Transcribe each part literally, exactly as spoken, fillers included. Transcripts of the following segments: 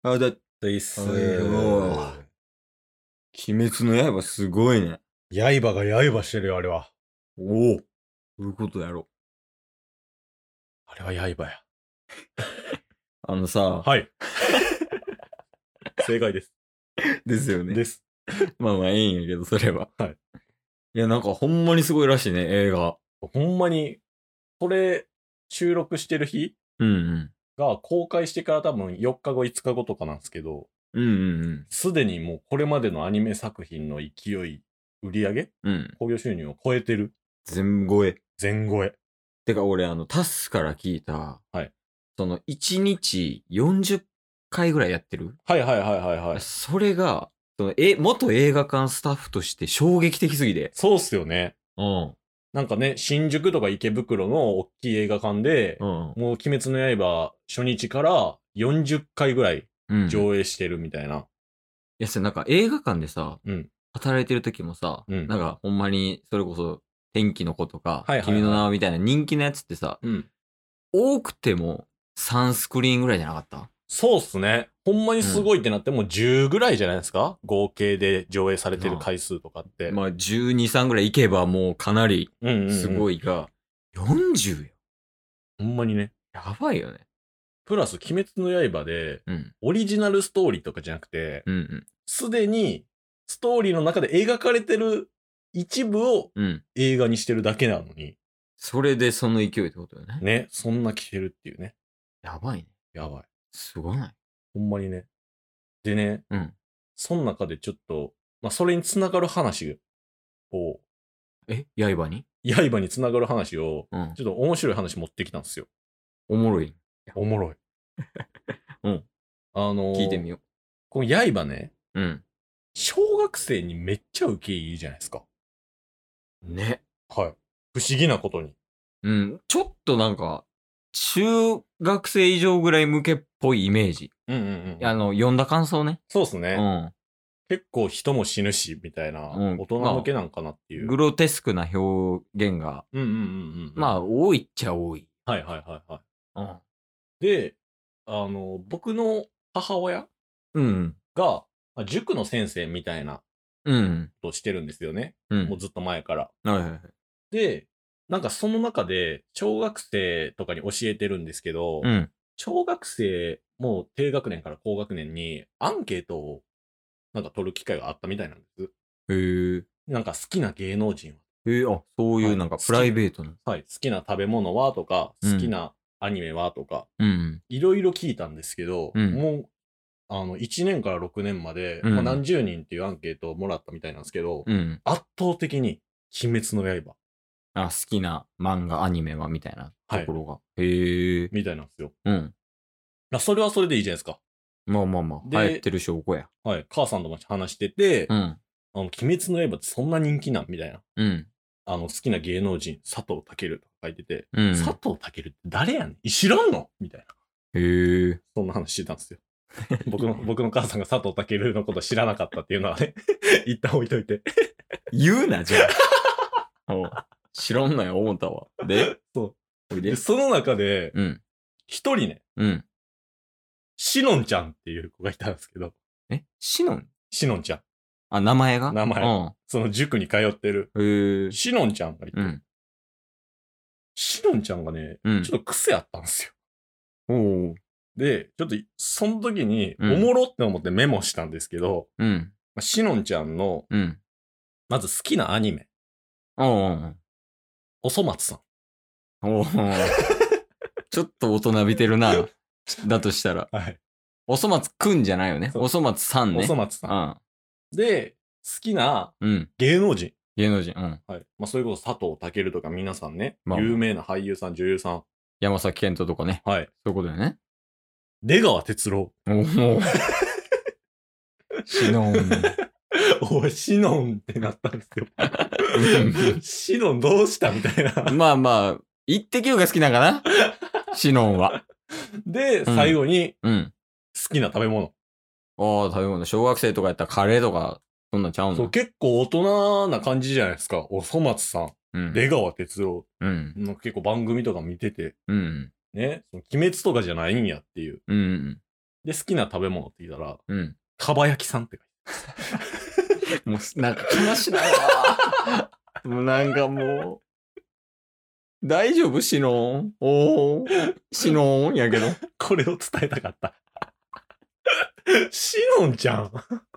あ、だ、 でいっす。 はいよー。鬼滅の刃すごいね。 刃が刃してるよ、あれは。 おお。どういうことやろ。 あれは刃や。 あのさ、 はい。正解です。 ですよね。 です。 まあまあいいんやけど、それは。 はい。 いや、なんかほんまにすごいらしいね、映画。 ほんまに、これ、収録してる日うんうん。 が公開してから多分よっかご、いつかごとかなんですけど、 うんうんうん。 すでにもうこれまでのアニメ作品の勢い、売り上げうん。 興行収入を超えてる。 全超え。 全超え。 てか俺、あの、タスから聞いた、 はい。 その、いちにちよんじゅっかいぐらいやってる、 はいはいはいはいはい。 それが、そのえ、元映画館スタッフとして衝撃的すぎて。 そうっすよね。 うん。 なんかね、新宿とか池袋の大きい映画館で、 うん。 もう鬼滅の刃初日からよんじゅっかいぐらいうん。い上映してるみたいな。 や、それなんか映画館でさ、 うん。 働いてる時もさ、 うんなんかほんまに、それこそ、天気の子とか、 はいはいはい君の名はみたいな人気のやつってさ、 うん。 多くてもさんスクリーンぐらいじゃなかった？ そうっすね。ほんまにすうん。 ごいってなってもじゅうぐらいじゃないですか、合計で上映されてる回数とかって。 まあ、じゅうに、さんぐらいいけばもうかなりうんうんうん。 すごいが、よんじゅうよ。 ほんまにね。 やばいよね。 プラス、鬼滅の刃で、 うん。 オリジナルストーリーとかじゃなくて、 うんうん。 すでにストーリーの中で描かれてる一部をうん。 映画にしてるだけなのに、 それでその勢いってことよね。 ね、そんな来てるっていうね。 やばいね。 やばい。 すごない？ ほんまにね。でね、 うん。 その中でちょっと、まあ、それにつながる話を、 え刃に？ 刃につながる話を、 うん。 ちょっと面白い話持ってきたんですよ。 おもろい。 おもろい。 うん。 あのー聞いてみよこの刃ね、 う。うん。 小学生にめっちゃ受けいいじゃないですか。 ね。 はい。不思議なことに。 うん。ちょっとなんか、中学生以上ぐらい向けっぽいイメージ。 うんうんうん、うん。 あの、読んだ感想ね。 そうっすね。 うん。 結構人も死ぬし、みたいな、 うん大人向けなんかなっていう。 グロテスクな表現が、 うんうんうんうん、うん。 まあ、多いっちゃ多い。 はいはいはいはい。 うん。 で、あの、僕の母親うん。 が、まあ塾の先生みたいなうん。 ことをしてるんですよね。 うん。 もうずっと前から。 はいはいはい。 で、なんかその中で、小学生とかに教えてるんですけど、 うん。 小学生もう低学年から高学年にアンケートをなんか取る機会があったみたいなんです。 へえ。 なんか好きな芸能人は、 へえ、あ、そういはい、 うなんかプライベートの。 はい、好きな食べ物はとか、 うん好きなアニメはとか、 うん。 いろいろ聞いたんですけど、 うん。 もう、あの、いちねんからろくねんまで、 うんまあ、何十人っていうアンケートをもらったみたいなんですけど、 うん。 圧倒的に、鬼滅の刃。 あ、好きな漫画、アニメはみたいなはい。 ところが。へえ。 みたいなんですよ。 うん。 まあ、それはそれでいいじゃないですか。 まあまあまあ、流で行ってる証拠や。 はい。母さんとも話してて、 うん。 あの、鬼滅の刃ってそんな人気なんみたいな。 うん。 あの、好きな芸能人、佐藤健とか書いてて、 うん。 佐藤健って誰やねん知らんのみたいな。 へえ。 そんな話してたんですよ。僕の、僕の母さんが佐藤健のこと知らなかったっていうのはね、一旦置いといて。 言うな、じゃあ。おう知らんなよ、思ったわ。で、 そう。 おいでで、。その中で、 うん。 一人ね、 うん。 しのんちゃんっていう子がいたんですけど、 えシノン？ しのんちゃん。 あ、名前が？ 名前。その塾に通ってる、 うん。へえ。 しのんちゃんがいて、 うん。 しのんちゃんがね、 うんちょっと癖あったんですよ。 おう。 で、ちょっと、その時に、 うんおもろって思ってメモしたんですけど、 うん。 まあしのんちゃんの、 うん。 まず好きなアニメ、 おう。 おそ松さん。 おう。ちょっと大人びてるな。だとしたら。 はい。 おそ松くんじゃないよね。 そうおそ松さんね。 おそ松さん。で、好きなうん。うん。 芸能人。 芸能人。うん。 はい。まあ、それこそ佐藤健とか皆さんね、 まあまあ有名な俳優さん、女優さん。 山崎賢人とかね。 はい。 そういうことだよね。 出川哲朗。 おお。シノン。 おい、シノンってなったんですよ。シノンどうしたみたいな。 まあまあ、イッテ Q が好きなんかなシノンは。 で、最後に、 うん。 好きな食べ物。 ああ、食べ物。小学生とかやったらカレーとか、そんなんちゃうの？ そう、結構大人な感じじゃないですか。おそ松さん、 うん。 出川哲朗うん。 の結構番組とか見てて、 うん。 ね、その鬼滅とかじゃないんやっていう。 うん。 で、好きな食べ物って言ったら、 うん。 かば焼きさんって書いてもう、なんか悲しないわ。もうなんかもう、大丈夫しのんおー、しのんやけど。 これを伝えたかった。しのんちゃん。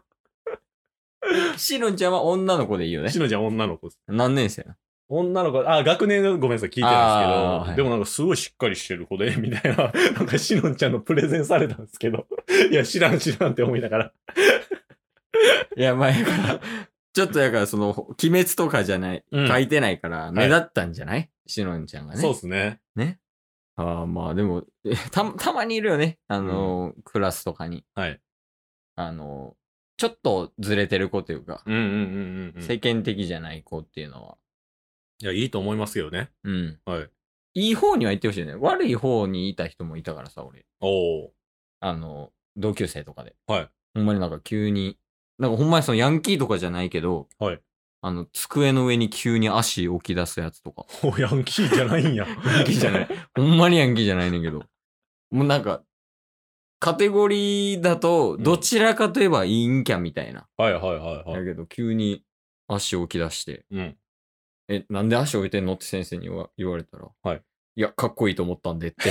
しのんちゃんは女の子でいいよねし。のんちゃん女の子です。 何年生なの？ 女の子、あ、学年がごめんなさい、聞いてないあーはいですけど、でもなんかすごいしっかりしてる子で、みたいな、なんかしのんちゃんのプレゼンされたんですけど、いや、知らん知らんって思いながら。 いや、まあ、やから、ちょっとやから、その、鬼滅とかじゃない、 うん書いてないから、目立ったんじゃない、しのんちゃんがね。 そうですね。 ね。ああ、まあでも、えた、たまにいるよね。あのークラスとかに。 はい。 あのーちょっとずれてる子というか、 うんうんうんうん、うん。 世間的じゃない子っていうのは。 いや、いいと思いますよね。 うん。 はい。 いい方には行ってほしいね。悪い方にいた人もいたからさ、俺。 おー。 あの、同級生とかで。 はい。 ほんまになんか急に、なんかほんまにそのヤンキーとかじゃないけど、 はい。 あの、机の上に急に足置き出すやつとか。 お、ヤンキーじゃないんや。 ヤンキーじゃない。ほんまにヤンキーじゃないねんけど。もうなんか、カテゴリーだと、どちらかといえば陰キャみたいな。 はいはいはいはい。 だけど、急に足置き出して、 うん。 え、なんで足置いてんのって先生に言わ言われたら、 はい。 いや、かっこいいと思ったんでって。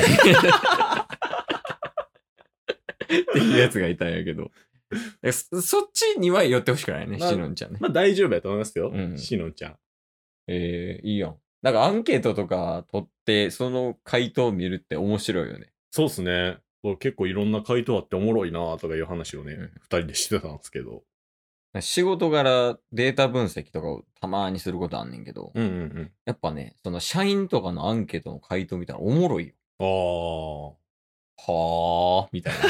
っていうやつがいたんやけど。えそそっちには寄ってほしくないね、 まあしのんちゃんね。 まあ大丈夫やと思いますよ。 うんしのんちゃん。 えー、いいやん。なんかアンケートとか取って、その回答を見るって面白いよね。 そうっすね。これ結構いろんな回答あっておもろいなとかいう話をね、 うん二人でしてたんですけど。 仕事柄データ分析とかをたまにすることあんねんけど、 うんうんやっぱね、その社員とかのアンケートの回答見たらおもろいよ。 うん。あはー、みたい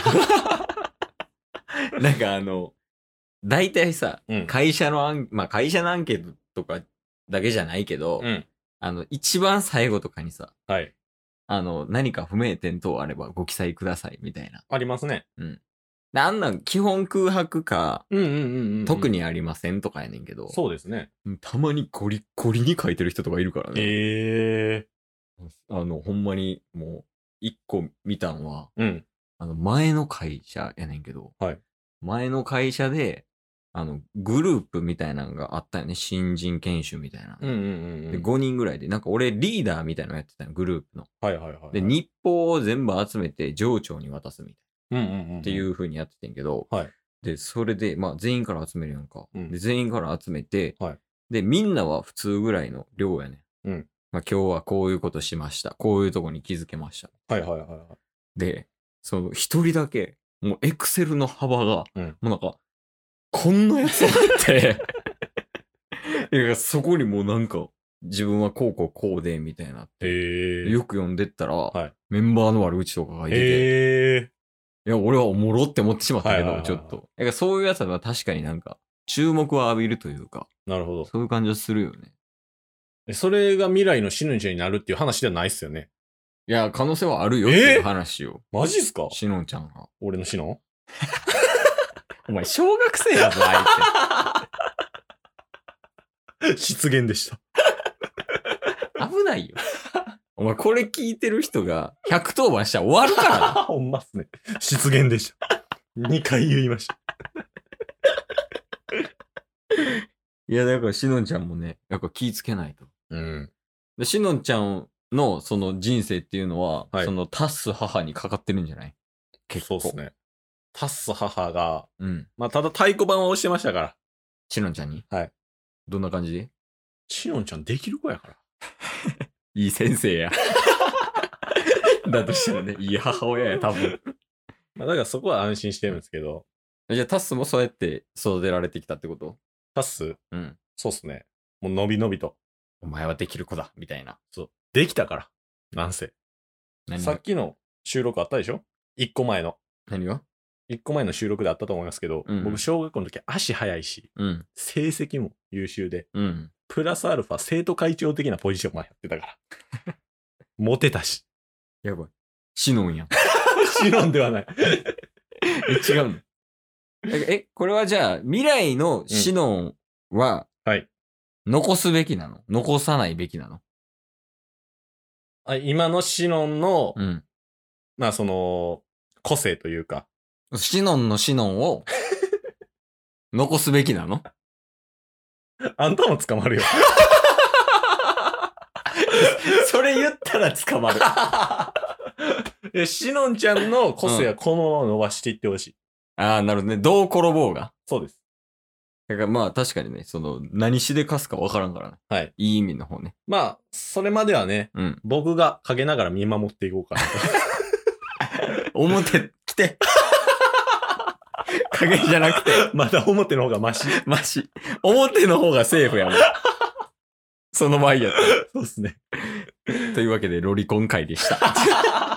な。なんかあの、大体さ、 うん会社のアン、まあ会社のアンケートとかだけじゃないけど、 あ。うん。 あの、一番最後とかにさ、 はい。 あの、何か不明点等あればご記載ください、みたいな。 ありますね。 うん。であんなん基本空白か、 うんうんうんうん、うん。 特にありませんとかやねんけど、 そうですね。 たまにゴリッゴリに書いてる人とかいるからね。 ええあの、ほんまにもう、一個見たんは、 ー。うん。 あの、前の会社やねんけど、 はい。 前の会社で、あの、グループみたいなのがあったよね。新人研修みたいな。 うんうんうんうん。 で、ごにんぐらいで、なんか俺リーダーみたいなのやってたの、グループの。 はいはいはい、はい。 で、日報を全部集めて上長に渡すみたいうんうんうんうん。 な。っていう風にやっててんけど、 はい。 で、それで、まあ全員から集めるやんか。 うんで、全員から集めて、 はいで、みんなは普通ぐらいの量やねん。 うん。 まあ今日はこういうことしました。こういうとこに気づけました。 はいはいはいはい。 で、その一人だけ、もうエクセルの幅が、 うんもうなんか、こんなやつあって、いやそこにもうなんか、自分はこうこうこうで、みたいなって。 へえ。 よく読んでったら、 はい。 メンバーの悪口とか書いてて、 へえ。 いや、俺はおもろって思ってしまったけど、 はいはいはいはいちょっと。だからそういうやつは確かになんか、注目を浴びるというか、 なるほど。 そういう感じはするよね。 えそれが未来の死ぬんちゃんになるっていう話ではないっすよね。 いや、可能性はあるよっていう話を。 マジっすかしのんちゃんが。 俺の死のお前、小学生やぞ、あ失言でした。 いつ。危ないよ。お前、これ聞いてる人がひゃくとおばんしたら終わるからな。 ほんまっすね。失言でした。にかい言いました。 いや、だからしのんちゃんもね、やっぱ気ぃつけないと。 うん。 でしのんちゃんのその人生っていうのは、 はいそのタス母にかかってるんじゃない結構。 そうっすね。タッス母が、 うん。 まあ、ただ太鼓判を押してましたから。 しのんちゃんにはい。 どんな感じでしのんちゃんできる子やから。 いい先生や。だとしたらね、いい母親や、多分。 まあ、だからそこは安心してるんですけど、 じゃあタスもそうやって育てられてきたってことタッス、 うん。 そうっすね。もう伸び伸びと。 お前はできる子だ、みたいな。 そう。できたから。なんせ。 何がさっきの収録あったでしょいっこまえの。 何がいっこまえの収録であったと思いますけど、 うんうん僕小学校の時足速いし、 うん。 成績も優秀で、 うん。 プラスアルファ生徒会長的なポジションもやってたから。モテたし。 やばい。シノンやん。 シノンではない。 え、違うのえ、これはじゃあ、未来のシノンは、 はい。 残すべきなの残さないべきなのあ今のシノンの、 うん。 まあその、個性というか、 シノンのシノンを残すべきなの？ あんたも捕まるよ。 それ言ったら捕まる。 え、しのんちゃんの個性はこのまま伸ばしていってほしい。 ああ、なるほどね。どう転ぼうが。 そうです。 だからまあ確かにね、その、何しでかすかわからんからね。 はい。 いい意味の方ね。 まあ、それまではね、 うん。 僕が陰ながら見守っていこうかなと。 表、来て。影じゃなくて、 まだ表の方がマシ。 マシ。表の方がセーフやもん。その前やったら。 そうっすね。 というわけで、ロリコン会でした。